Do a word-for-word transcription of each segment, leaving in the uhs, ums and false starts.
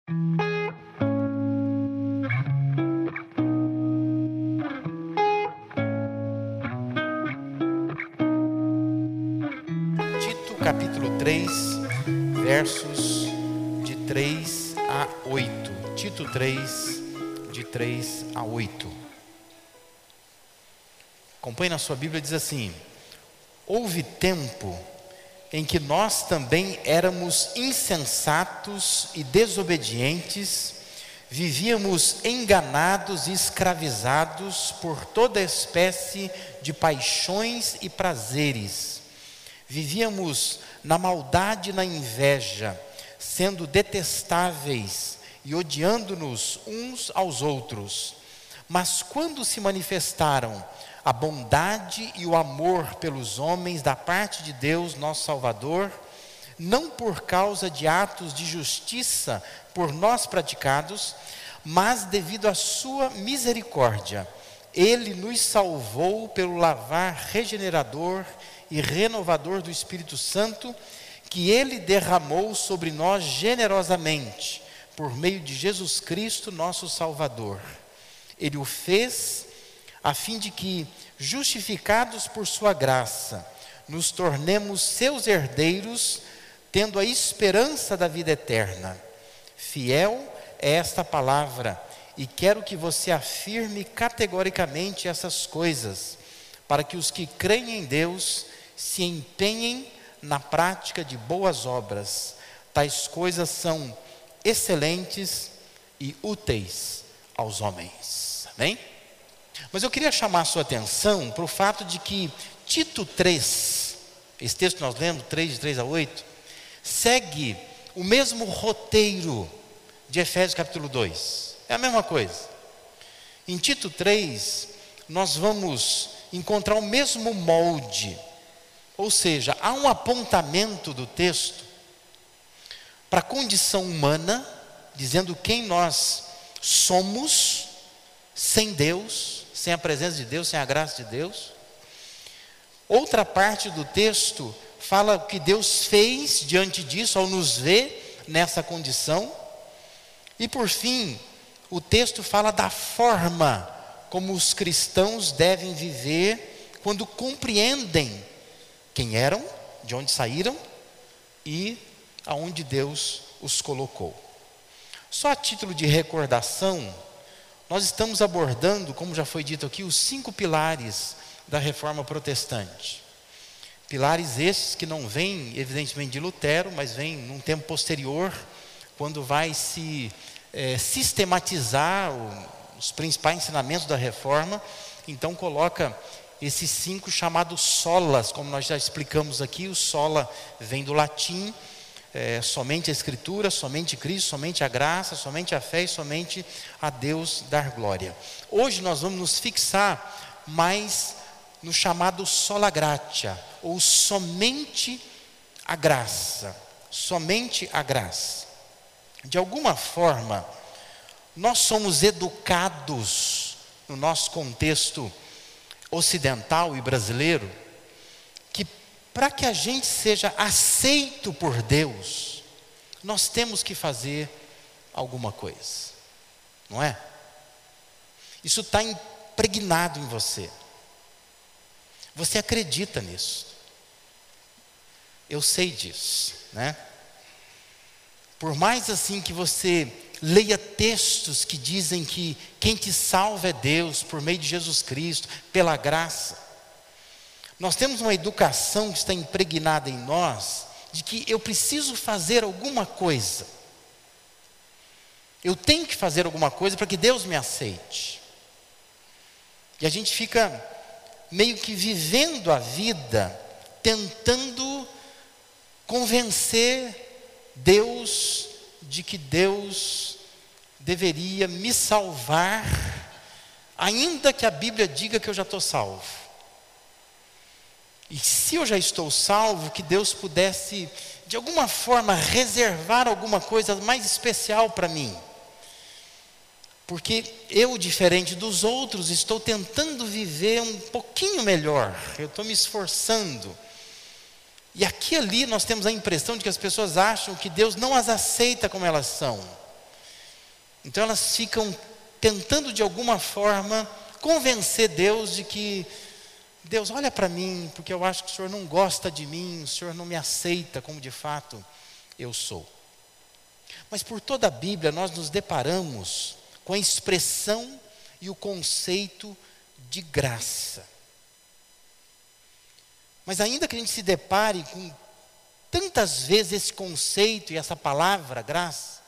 Tito capítulo três, versos de três a oito. Tito três, de três a oito. Acompanhe na sua Bíblia, diz assim: houve tempo em que nós também éramos insensatos e desobedientes, vivíamos enganados e escravizados por toda espécie de paixões e prazeres. Vivíamos na maldade e na inveja, sendo detestáveis e odiando-nos uns aos outros. Mas quando se manifestaram a bondade e o amor pelos homens da parte de Deus, nosso Salvador, não por causa de atos de justiça por nós praticados, mas devido à sua misericórdia, Ele nos salvou pelo lavar regenerador e renovador do Espírito Santo, que Ele derramou sobre nós generosamente, por meio de Jesus Cristo, nosso Salvador. Ele o fez a fim de que, justificados por sua graça, nos tornemos seus herdeiros, tendo a esperança da vida eterna. Fiel é esta palavra, e quero que você afirme categoricamente essas coisas, para que os que creem em Deus se empenhem na prática de boas obras. Tais coisas são excelentes e úteis aos homens. Amém? Mas eu queria chamar a sua atenção para o fato de que Tito três, esse texto que nós lemos, três, de três a oito, segue o mesmo roteiro de Efésios capítulo dois. É a mesma coisa. Em Tito três, nós vamos encontrar o mesmo molde. Ou seja, há um apontamento do texto para a condição humana, dizendo quem nós somos sem Deus, sem a presença de Deus, sem a graça de Deus. Outra parte do texto fala o que Deus fez diante disso, ao nos ver nessa condição. E por fim, o texto fala da forma como os cristãos devem viver quando compreendem quem eram, de onde saíram e aonde Deus os colocou. Só a título de recordação, nós estamos abordando, como já foi dito aqui, os cinco pilares da reforma protestante. Pilares esses que não vêm, evidentemente, de Lutero, mas vêm num tempo posterior, quando vai se é, sistematizar o, os principais ensinamentos da reforma. Então coloca esses cinco chamados solas, como nós já explicamos aqui. O sola vem do latim, é, somente a Escritura, somente Cristo, somente a graça, somente a fé e somente a Deus dar glória. Hoje nós vamos nos fixar mais no chamado sola gratia, ou somente a graça, somente a graça. De alguma forma, nós somos educados no nosso contexto ocidental e brasileiro, que para que a gente seja aceito por Deus, nós temos que fazer alguma coisa, não é? Isso está impregnado em você. Você acredita nisso. Eu sei disso, né? Por mais assim que você leia textos que dizem que quem te salva é Deus, por meio de Jesus Cristo, pela graça. Nós temos uma educação que está impregnada em nós, de que eu preciso fazer alguma coisa. Eu tenho que fazer alguma coisa para que Deus me aceite. E a gente fica meio que vivendo a vida, tentando convencer Deus de que Deus deveria me salvar, ainda que a Bíblia diga que eu já estou salvo. E se eu já estou salvo, que Deus pudesse, de alguma forma, reservar alguma coisa mais especial para mim. Porque eu, diferente dos outros, estou tentando viver um pouquinho melhor. Eu estou me esforçando. E aqui e ali nós temos a impressão de que as pessoas acham que Deus não as aceita como elas são. Então elas ficam tentando de alguma forma convencer Deus de que Deus, olha para mim, porque eu acho que o Senhor não gosta de mim, o Senhor não me aceita como de fato eu sou. Mas por toda a Bíblia nós nos deparamos com a expressão e o conceito de graça. Mas ainda que a gente se depare com tantas vezes esse conceito e essa palavra, graça,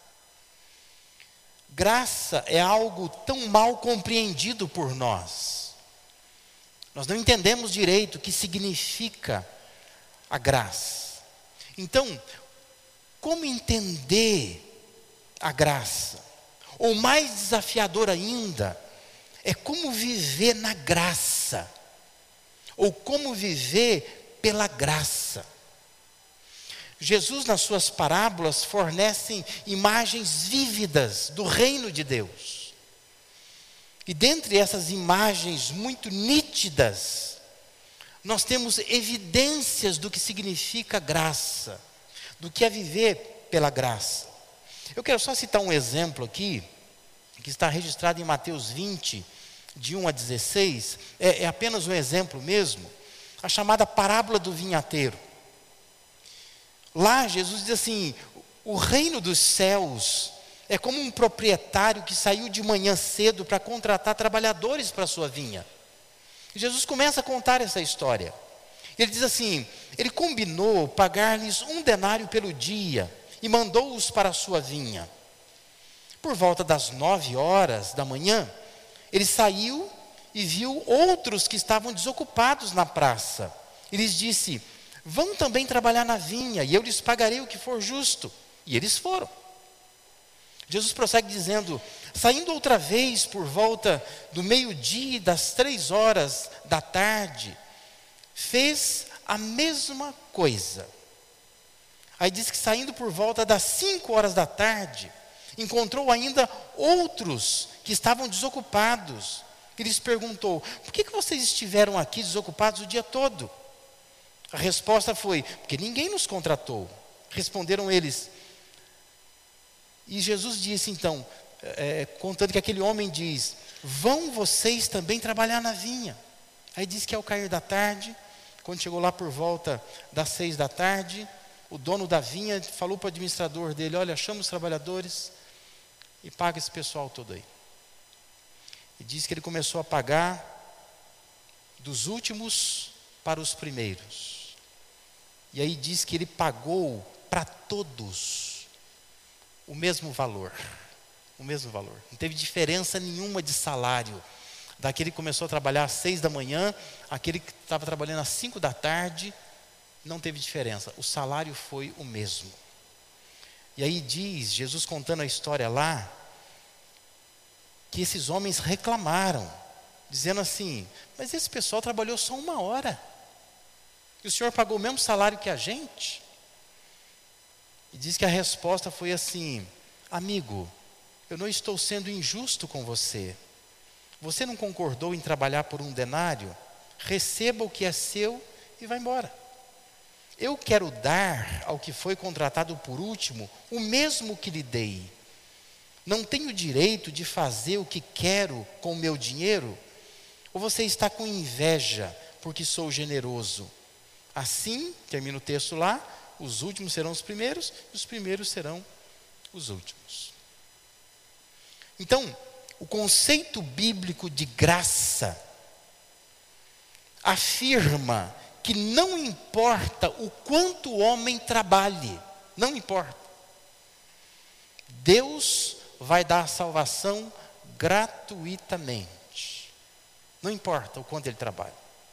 graça é algo tão mal compreendido por nós. Nós não entendemos direito o que significa a graça. Então, como entender a graça? Ou mais desafiador ainda, é como viver na graça. Ou como viver pela graça. Jesus, nas suas parábolas, fornece imagens vívidas do reino de Deus. E dentre essas imagens muito nítidas, nós temos evidências do que significa graça, do que é viver pela graça. Eu quero só citar um exemplo aqui, que está registrado em Mateus vinte, de um a dezesseis, é, é apenas um exemplo mesmo, a chamada parábola do vinhateiro. Lá Jesus diz assim, o reino dos céus é como um proprietário que saiu de manhã cedo para contratar trabalhadores para a sua vinha. E Jesus começa a contar essa história. Ele diz assim, ele combinou pagar-lhes um denário pelo dia e mandou-os para a sua vinha. Por volta das nove horas da manhã, ele saiu e viu outros que estavam desocupados na praça. E lhes disse, vão também trabalhar na vinha e eu lhes pagarei o que for justo. E eles foram. Jesus prossegue dizendo, saindo outra vez por volta do meio-dia e das três horas da tarde, fez a mesma coisa. Aí diz que saindo por volta das cinco horas da tarde, encontrou ainda outros que estavam desocupados. E lhes perguntou, por que, que vocês estiveram aqui desocupados o dia todo? A resposta foi, porque ninguém nos contratou. Responderam eles. E Jesus disse então, é, contando que aquele homem diz, vão vocês também trabalhar na vinha. Aí diz que ao cair da tarde, quando chegou lá por volta das seis da tarde, o dono da vinha falou para o administrador dele, olha, chama os trabalhadores e paga esse pessoal todo aí. E diz que ele começou a pagar dos últimos para os primeiros. E aí diz que ele pagou para todos o mesmo valor, o mesmo valor. Não teve diferença nenhuma de salário. Daquele que começou a trabalhar às seis da manhã, aquele que estava trabalhando às cinco da tarde, não teve diferença. O salário foi o mesmo. E aí diz, Jesus contando a história lá, que esses homens reclamaram, dizendo assim, mas esse pessoal trabalhou só uma hora. E o Senhor pagou o mesmo salário que a gente? E diz que a resposta foi assim, amigo, eu não estou sendo injusto com você. Você não concordou em trabalhar por um denário? Receba o que é seu e vá embora. Eu quero dar ao que foi contratado por último o mesmo que lhe dei. Não tenho direito de fazer o que quero com o meu dinheiro? Ou você está com inveja porque sou generoso? Assim, termina o texto lá, os últimos serão os primeiros, e os primeiros serão os últimos. Então, o conceito bíblico de graça afirma que não importa o quanto o homem trabalhe, não importa. Deus vai dar a salvação gratuitamente. Não importa o quanto ele trabalha.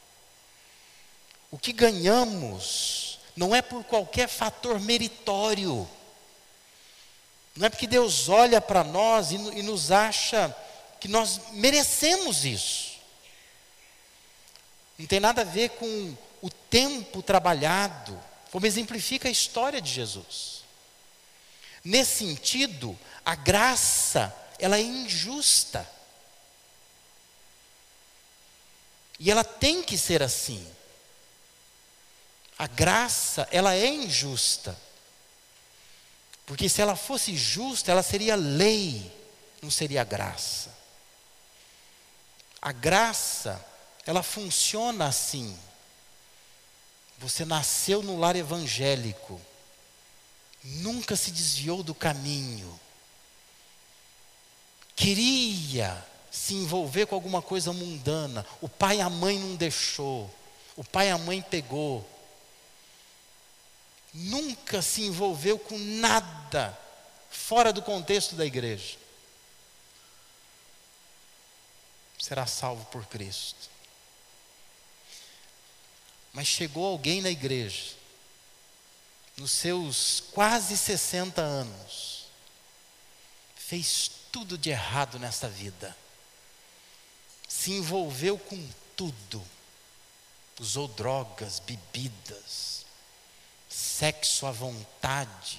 O que ganhamos não é por qualquer fator meritório. Não é porque Deus olha para nós e, e nos acha que nós merecemos isso. Não tem nada a ver com o tempo trabalhado, como exemplifica a história de Jesus. Nesse sentido, a graça, ela é injusta. E ela tem que ser assim. A graça, ela é injusta. Porque se ela fosse justa, ela seria lei. não seria graça. A graça, ela funciona assim. Você nasceu no lar evangélico, nunca se desviou do caminho, queria se envolver com alguma coisa mundana, o pai e a mãe não deixou, o pai e a mãe pegou, nunca se envolveu com nada fora do contexto da igreja, será salvo por Cristo. Mas chegou alguém na igreja, nos seus quase sessenta anos, fez tudo de errado nessa vida, se envolveu com tudo, usou drogas, bebidas, sexo à vontade.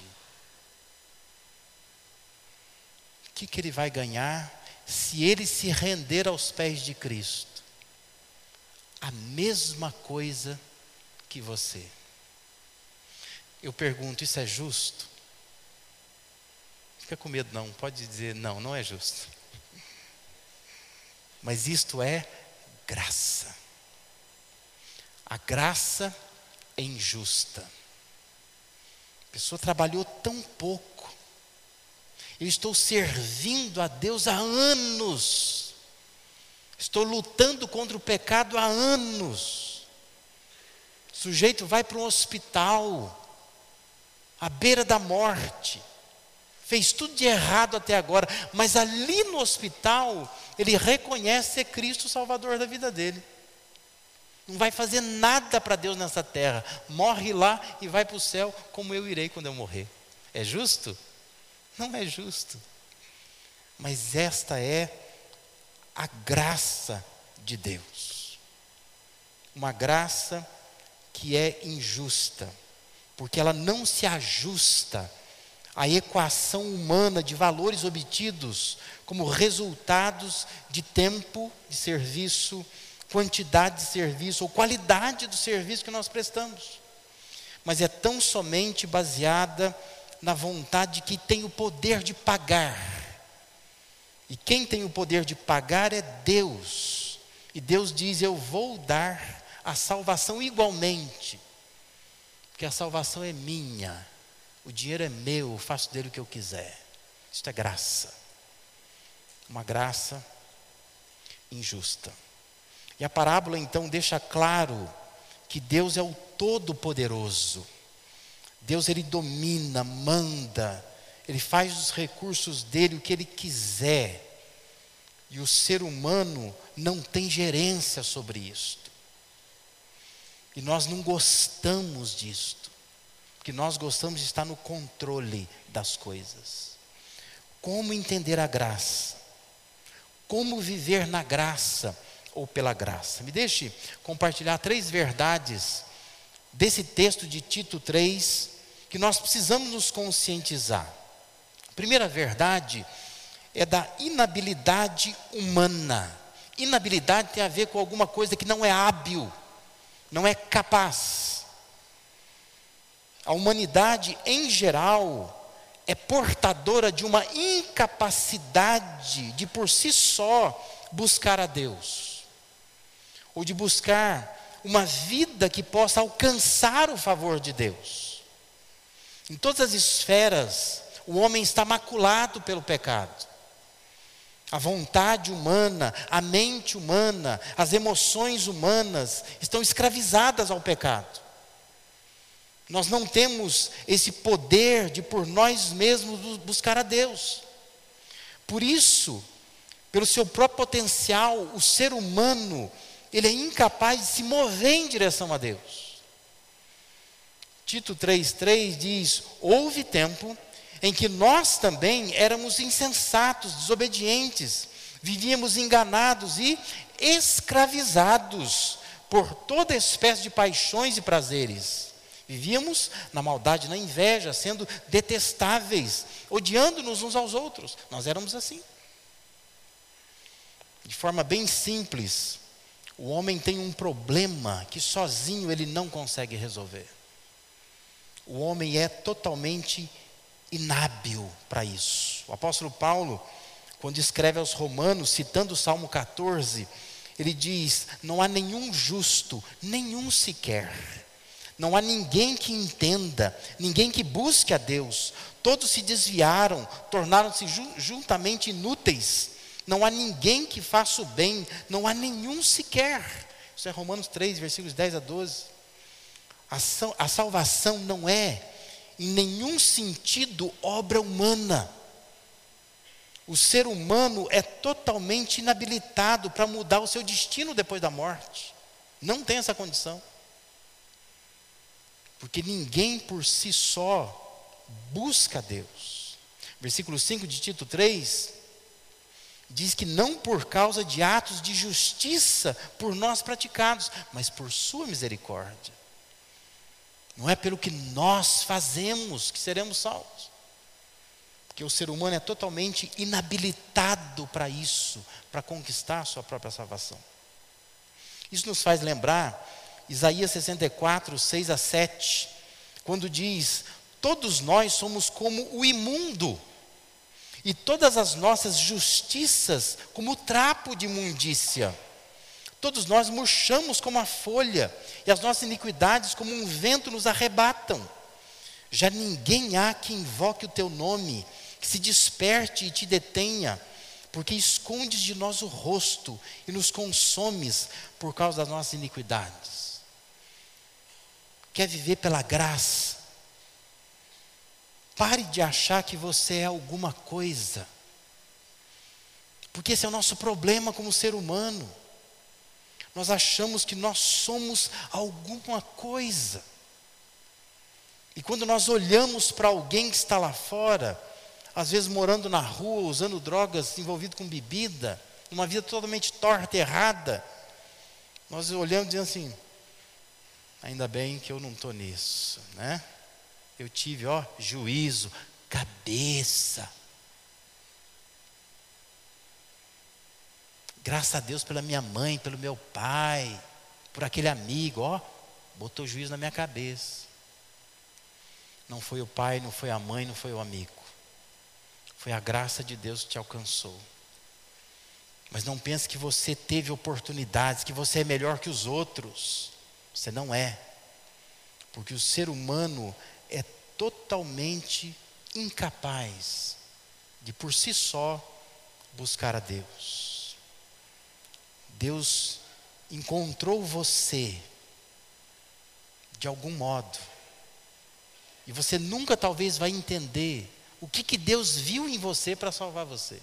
O que, que ele vai ganhar se ele se render aos pés de Cristo? A mesma coisa que você. Eu pergunto, isso é justo? Fica com medo não, pode dizer não, não é justo. Mas isto é graça. A graça é injusta. A pessoa trabalhou tão pouco. Eu estou servindo a Deus há anos. Estou lutando contra o pecado há anos. O sujeito vai para um hospital, à beira da morte. Fez tudo de errado até agora, mas ali no hospital, ele reconhece ser Cristo o Salvador da vida dele. Não vai fazer nada para Deus nessa terra. Morre lá e vai para o céu, como eu irei quando eu morrer. É justo? Não é justo. Mas esta é a graça de Deus. Uma graça que é injusta, porque ela não se ajusta à equação humana de valores obtidos como resultados de tempo de serviço, quantidade de serviço ou qualidade do serviço que nós prestamos. Mas é tão somente baseada na vontade que tem o poder de pagar. E quem tem o poder de pagar é Deus. E Deus diz, eu vou dar a salvação igualmente. Porque a salvação é minha. O dinheiro é meu, eu faço dele o que eu quiser. Isto é graça. Uma graça injusta. E a parábola então deixa claro que Deus é o Todo-Poderoso. Deus, ele domina, manda, ele faz dos recursos dele o que ele quiser. E o ser humano não tem gerência sobre isto. E nós não gostamos disto. Porque nós gostamos de estar no controle das coisas. Como entender a graça? Como viver na graça ou pela graça? Me deixe compartilhar três verdades desse texto de Tito três, que nós precisamos nos conscientizar. A primeira verdade é da inabilidade humana. Inabilidade tem a ver com alguma coisa que não é hábil, não é capaz. A humanidade, em geral, é portadora de uma incapacidade de, por si só, buscar a Deus. Ou de buscar uma vida que possa alcançar o favor de Deus. Em todas as esferas, o homem está maculado pelo pecado. A vontade humana, a mente humana, as emoções humanas estão escravizadas ao pecado. Nós não temos esse poder de por nós mesmos buscar a Deus. Por isso, pelo seu próprio potencial, o ser humano, ele é incapaz de se mover em direção a Deus. Tito três, três diz, houve tempo em que nós também éramos insensatos, desobedientes, vivíamos enganados e escravizados por toda espécie de paixões e prazeres. Vivíamos na maldade, na inveja, sendo detestáveis, odiando-nos uns aos outros. Nós éramos assim. De forma bem simples, o homem tem um problema que sozinho ele não consegue resolver. O homem é totalmente inábil para isso. O apóstolo Paulo, quando escreve aos Romanos, citando o Salmo catorze, ele diz: não há nenhum justo, nenhum sequer. Não há ninguém que entenda, ninguém que busque a Deus. Todos se desviaram, tornaram-se ju- juntamente inúteis. Não há ninguém que faça o bem, não há nenhum sequer. Isso é Romanos três, versículos dez a doze. A, sal- a salvação não é, em nenhum sentido, obra humana. O ser humano é totalmente inabilitado para mudar o seu destino depois da morte. Não tem essa condição. Porque ninguém por si só busca a Deus. Versículo cinco de Tito três diz que não por causa de atos de justiça por nós praticados, mas por sua misericórdia. Não é pelo que nós fazemos que seremos salvos. Porque o ser humano é totalmente inabilitado para isso, para conquistar a sua própria salvação. Isso nos faz lembrar Isaías sessenta e quatro, seis a sete, quando diz: todos nós somos como o imundo, e todas as nossas justiças como o trapo de imundícia. Todos nós murchamos como a folha, e as nossas iniquidades como um vento nos arrebatam. Já ninguém há que invoque o teu nome, que se desperte e te detenha, porque escondes de nós o rosto e nos consomes por causa das nossas iniquidades. Quer viver pela graça? Pare de achar que você é alguma coisa, porque esse é o nosso problema como ser humano. Nós achamos que nós somos alguma coisa. E quando nós olhamos para alguém que está lá fora, às vezes morando na rua, usando drogas, envolvido com bebida, uma vida totalmente torta, errada, nós olhamos e dizemos assim: ainda bem que eu não estou nisso, né? Eu tive, ó, juízo, cabeça. Graças a Deus pela minha mãe, pelo meu pai, por aquele amigo, ó, botou juízo na minha cabeça. Não foi o pai, não foi a mãe, não foi o amigo. Foi a graça de Deus que te alcançou. Mas não pense que você teve oportunidades, que você é melhor que os outros. Você não é. Porque o ser humano é totalmente incapaz de por si só buscar a Deus. Deus encontrou você de algum modo. E você nunca talvez vai entender o que, que Deus viu em você para salvar você.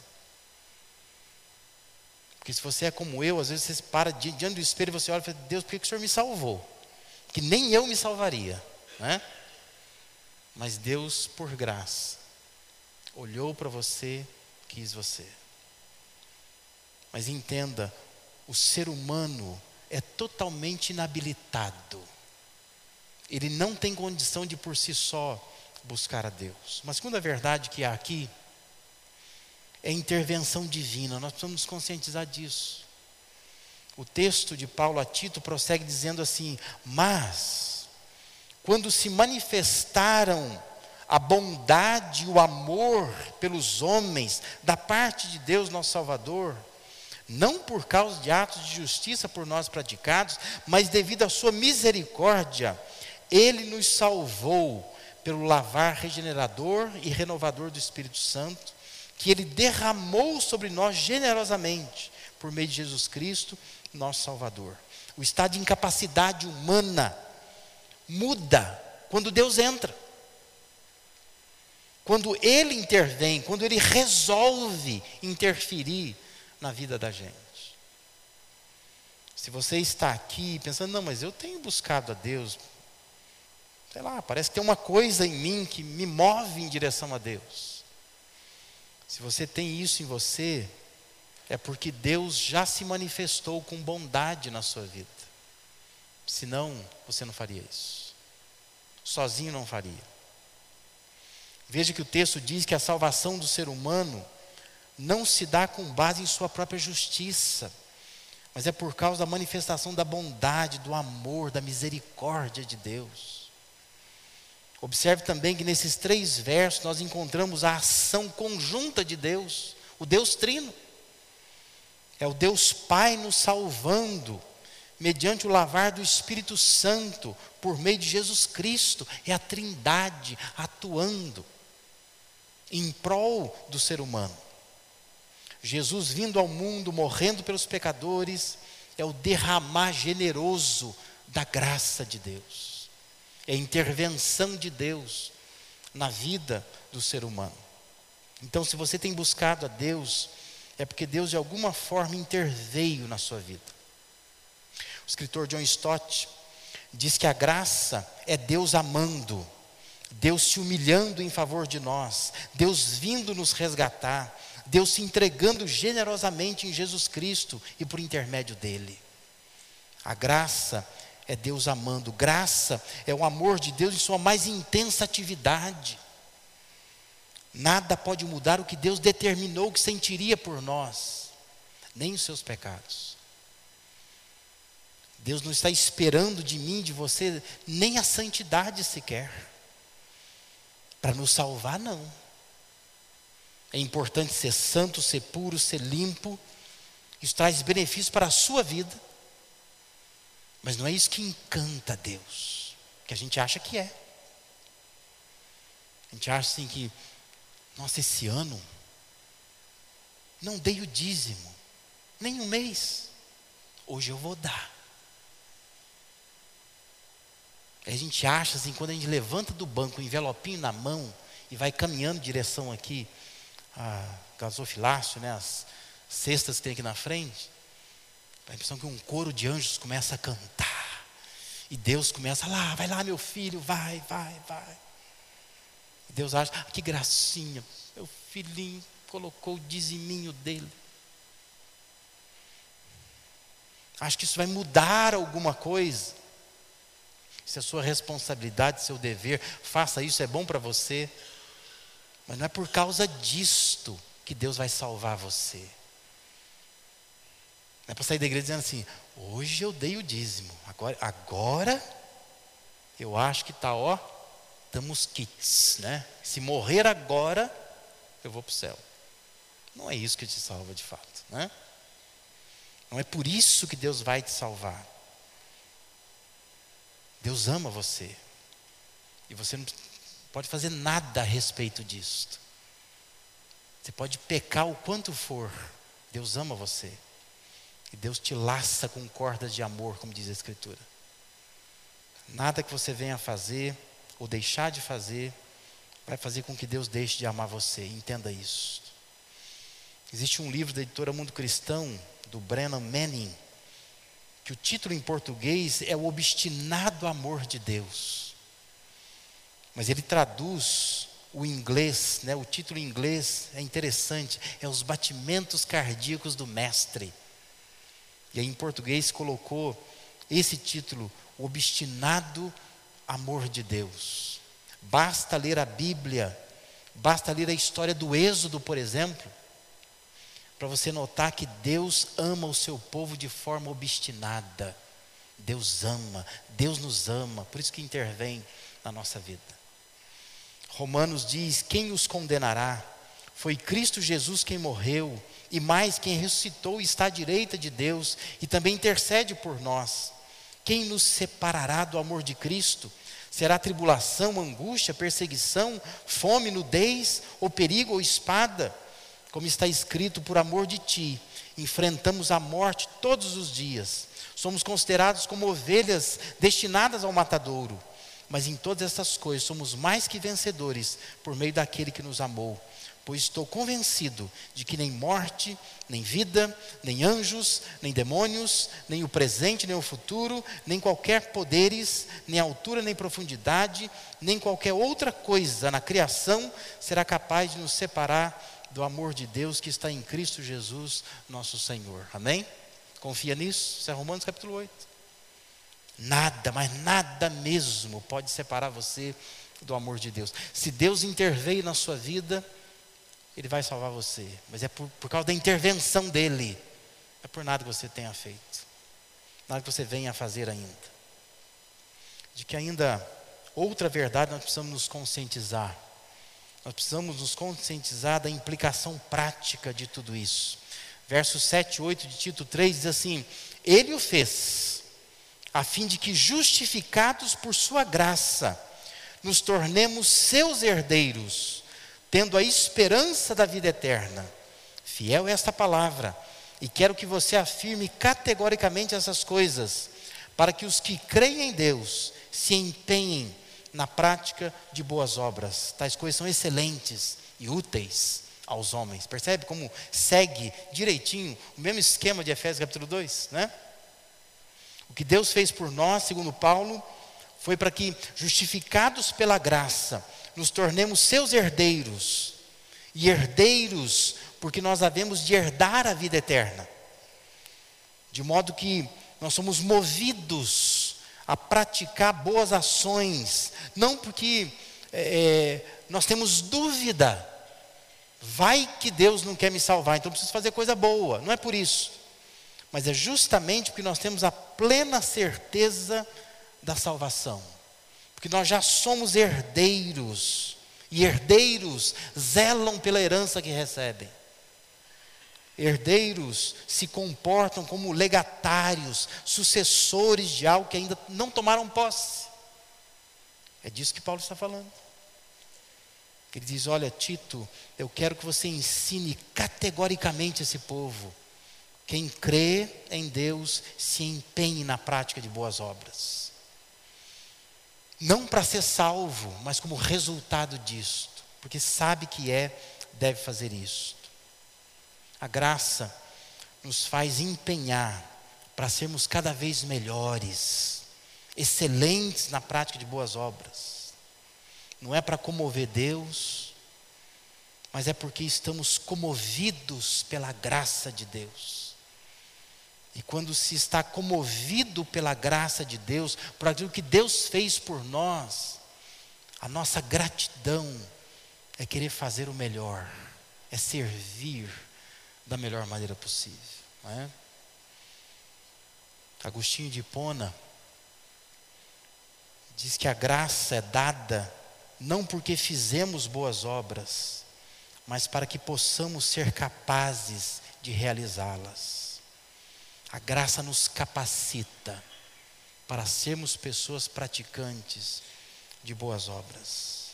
Porque se você é como eu, às vezes você para diante do espelho e você olha e fala: Deus, por que, que o Senhor me salvou? Que nem eu me salvaria, né? Mas Deus, por graça, olhou para você, quis você. Mas entenda, o ser humano é totalmente inabilitado. Ele não tem condição de por si só buscar a Deus. Uma segunda verdade que há aqui é a intervenção divina. Nós precisamos nos conscientizar disso. O texto de Paulo a Tito prossegue dizendo assim: mas quando se manifestaram a bondade e o amor pelos homens da parte de Deus nosso Salvador, não por causa de atos de justiça por nós praticados, mas devido à sua misericórdia, Ele nos salvou pelo lavar regenerador e renovador do Espírito Santo, que Ele derramou sobre nós generosamente, por meio de Jesus Cristo, nosso Salvador. O estado de incapacidade humana muda quando Deus entra. Quando Ele intervém, quando Ele resolve interferir na vida da gente. Se você está aqui pensando: não, mas eu tenho buscado a Deus, sei lá, parece que tem uma coisa em mim que me move em direção a Deus. Se você tem isso em você, é porque Deus já se manifestou com bondade na sua vida. Senão, você não faria isso. Sozinho não faria. Veja que o texto diz que a salvação do ser humano não se dá com base em sua própria justiça, mas é por causa da manifestação da bondade, do amor, da misericórdia de Deus. Observe também que nesses três versos nós encontramos a ação conjunta de Deus, o Deus Trino. É o Deus Pai nos salvando, mediante o lavar do Espírito Santo, por meio de Jesus Cristo. É a Trindade atuando em prol do ser humano. Jesus vindo ao mundo, morrendo pelos pecadores, é o derramar generoso da graça de Deus. É a intervenção de Deus na vida do ser humano. Então, se você tem buscado a Deus, é porque Deus de alguma forma interveio na sua vida. O escritor John Stott diz que a graça é Deus amando, Deus se humilhando em favor de nós, Deus vindo nos resgatar, Deus se entregando generosamente em Jesus Cristo e por intermédio dele. A graça é Deus amando, graça é o amor de Deus em sua mais intensa atividade. Nada pode mudar o que Deus determinou que sentiria por nós, nem os seus pecados. Deus não está esperando de mim, de você, nem a santidade sequer. Para nos salvar, não. É importante ser santo, ser puro, ser limpo. Isso traz benefícios para a sua vida. Mas não é isso que encanta Deus, que a gente acha que é. A gente acha assim que, nossa, esse ano não dei o dízimo, nem um mês. Hoje eu vou dar. Aí a gente acha assim, quando a gente levanta do banco, o envelopinho na mão e vai caminhando em direção aqui a gasofilácio, né, as cestas que tem aqui na frente, dá a impressão que um coro de anjos começa a cantar. E Deus começa lá, vai lá meu filho, vai, vai, vai. E Deus acha, ah, que gracinha, meu filhinho colocou o diziminho dele. Acho que isso vai mudar alguma coisa. Isso é sua responsabilidade, seu dever, faça isso, é bom para você. Mas não é por causa disto que Deus vai salvar você. Não é para sair da igreja dizendo assim, hoje eu dei o dízimo, agora, agora eu acho que está, ó, estamos kits, né? Se morrer agora, eu vou para o céu. Não é isso que te salva de fato, né? Não é por isso que Deus vai te salvar. Deus ama você. E você não pode fazer nada a respeito disso. Você pode pecar o quanto for. Deus ama você. E Deus te laça com cordas de amor, como diz a Escritura. Nada que você venha fazer ou deixar de fazer vai fazer com que Deus deixe de amar você. Entenda isso. Existe um livro da editora Mundo Cristão, do Brennan Manning, que o título em português é O Obstinado Amor de Deus. Mas ele traduz o inglês, né? O título em inglês é interessante, é Os Batimentos Cardíacos do Mestre. E aí em português colocou esse título, O Obstinado Amor de Deus. Basta ler a Bíblia, basta ler a história do Êxodo, por exemplo, para você notar que Deus ama o seu povo de forma obstinada. Deus ama, Deus nos ama, por isso que intervém na nossa vida. Romanos diz, quem os condenará? Foi Cristo Jesus quem morreu, e mais quem ressuscitou e está à direita de Deus, e também intercede por nós. Quem nos separará do amor de Cristo? Será tribulação, angústia, perseguição, fome, nudez, ou perigo, ou espada? Como está escrito, por amor de ti, enfrentamos a morte todos os dias. Somos considerados como ovelhas destinadas ao matadouro. Mas em todas essas coisas somos mais que vencedores por meio daquele que nos amou. Pois estou convencido de que nem morte, nem vida, nem anjos, nem demônios, nem o presente, nem o futuro, nem qualquer poderes, nem altura, nem profundidade, nem qualquer outra coisa na criação será capaz de nos separar do amor de Deus que está em Cristo Jesus, nosso Senhor. Amém? Confia nisso? Isso é Romanos capítulo oito. Nada, mas nada mesmo pode separar você do amor de Deus. Se Deus interveio na sua vida, Ele vai salvar você. Mas é por, por causa da intervenção dEle. Não é por nada que você tenha feito. Nada que você venha a fazer ainda. De que ainda outra verdade nós precisamos nos conscientizar. nós precisamos nos conscientizar da implicação prática de tudo isso. Versos sete e oito de Tito três diz assim: Ele o fez, a fim de que, justificados por sua graça, nos tornemos seus herdeiros, tendo a esperança da vida eterna. Fiel é esta palavra, e quero que você afirme categoricamente essas coisas, para que os que creem em Deus se empenhem na prática de boas obras. Tais coisas são excelentes e úteis aos homens. Percebe como segue direitinho o mesmo esquema de Efésios capítulo dois, né? O que Deus fez por nós, segundo Paulo, foi para que, justificados pela graça, nos tornemos seus herdeiros. E herdeiros porque nós havemos de herdar a vida eterna. De modo que nós somos movidos a praticar boas ações, não porque é, nós temos dúvida, vai que Deus não quer me salvar, então eu preciso fazer coisa boa, não é por isso, mas é justamente porque nós temos a plena certeza da salvação, porque nós já somos herdeiros, e herdeiros zelam pela herança que recebem. Herdeiros se comportam como legatários, sucessores de algo que ainda não tomaram posse. É disso que Paulo está falando. Ele diz: olha, Tito, eu quero que você ensine categoricamente esse povo. Quem crê em Deus se empenhe na prática de boas obras. Não para ser salvo, mas como resultado disto. Porque sabe que é, deve fazer isso. A graça nos faz empenhar para sermos cada vez melhores, excelentes na prática de boas obras. Não é para comover Deus, mas é porque estamos comovidos pela graça de Deus. E quando se está comovido pela graça de Deus, por aquilo que Deus fez por nós, a nossa gratidão é querer fazer o melhor, é servir da melhor maneira possível, não é? Agostinho de Hipona diz que a graça é dada não porque fizemos boas obras, mas para que possamos ser capazes de realizá-las. A graça nos capacita para sermos pessoas praticantes de boas obras.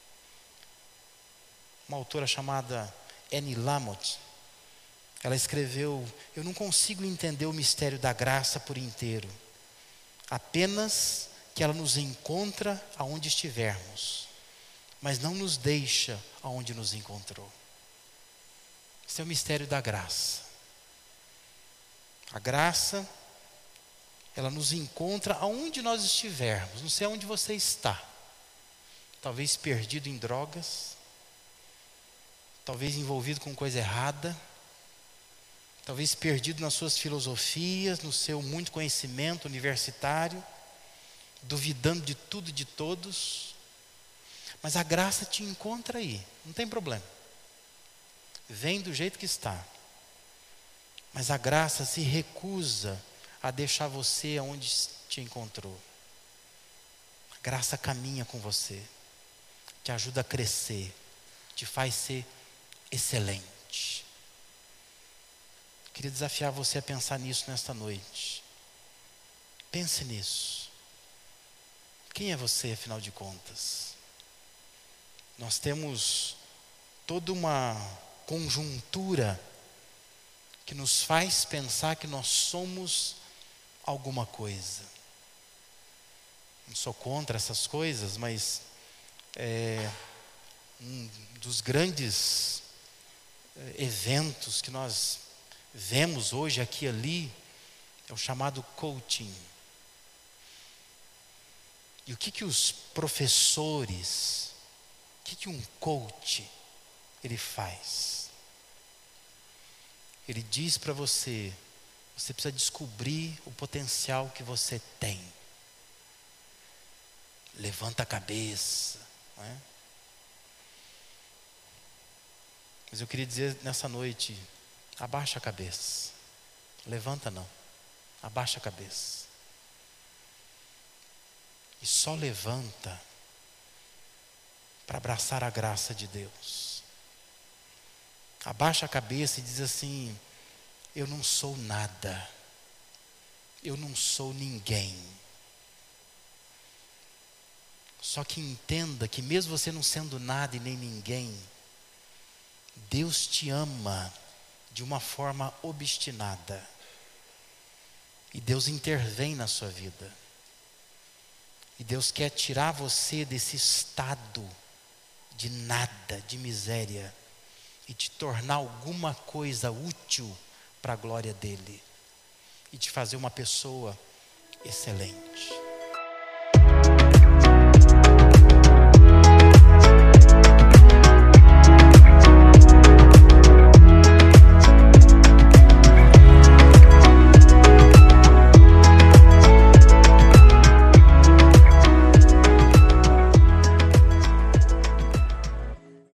Uma autora chamada Annie Lamott, ela escreveu: eu não consigo entender o mistério da graça por inteiro, apenas que ela nos encontra aonde estivermos, mas não nos deixa aonde nos encontrou. Esse é o mistério da graça. A graça, ela nos encontra aonde nós estivermos. Não sei aonde você está, talvez perdido em drogas, talvez envolvido com coisa errada, talvez perdido nas suas filosofias, no seu muito conhecimento universitário, duvidando de tudo e de todos, mas a graça te encontra aí, não tem problema, vem do jeito que está, mas a graça se recusa a deixar você onde te encontrou. A graça caminha com você, te ajuda a crescer, te faz ser excelente. Queria desafiar você a pensar nisso nesta noite. Pense nisso. Quem é você, afinal de contas? Nós temos toda uma conjuntura que nos faz pensar que nós somos alguma coisa. Não sou contra essas coisas, mas é, um dos grandes é, eventos que nós vemos hoje aqui e ali é o chamado coaching. E o que que os professores, o que que um coach ele faz? Ele diz para você, você precisa descobrir o potencial que você tem. Levanta a cabeça, não é? Mas eu queria dizer nessa noite, abaixa a cabeça. Levanta não, abaixa a cabeça. E só levanta para abraçar a graça de Deus. Abaixa a cabeça e diz assim: eu não sou nada, eu não sou ninguém. Só que entenda que mesmo você não sendo nada e nem ninguém, Deus te ama de uma forma obstinada. E Deus intervém na sua vida. E Deus quer tirar você desse estado de nada, de miséria, e te tornar alguma coisa útil para a glória dele. E te fazer uma pessoa excelente.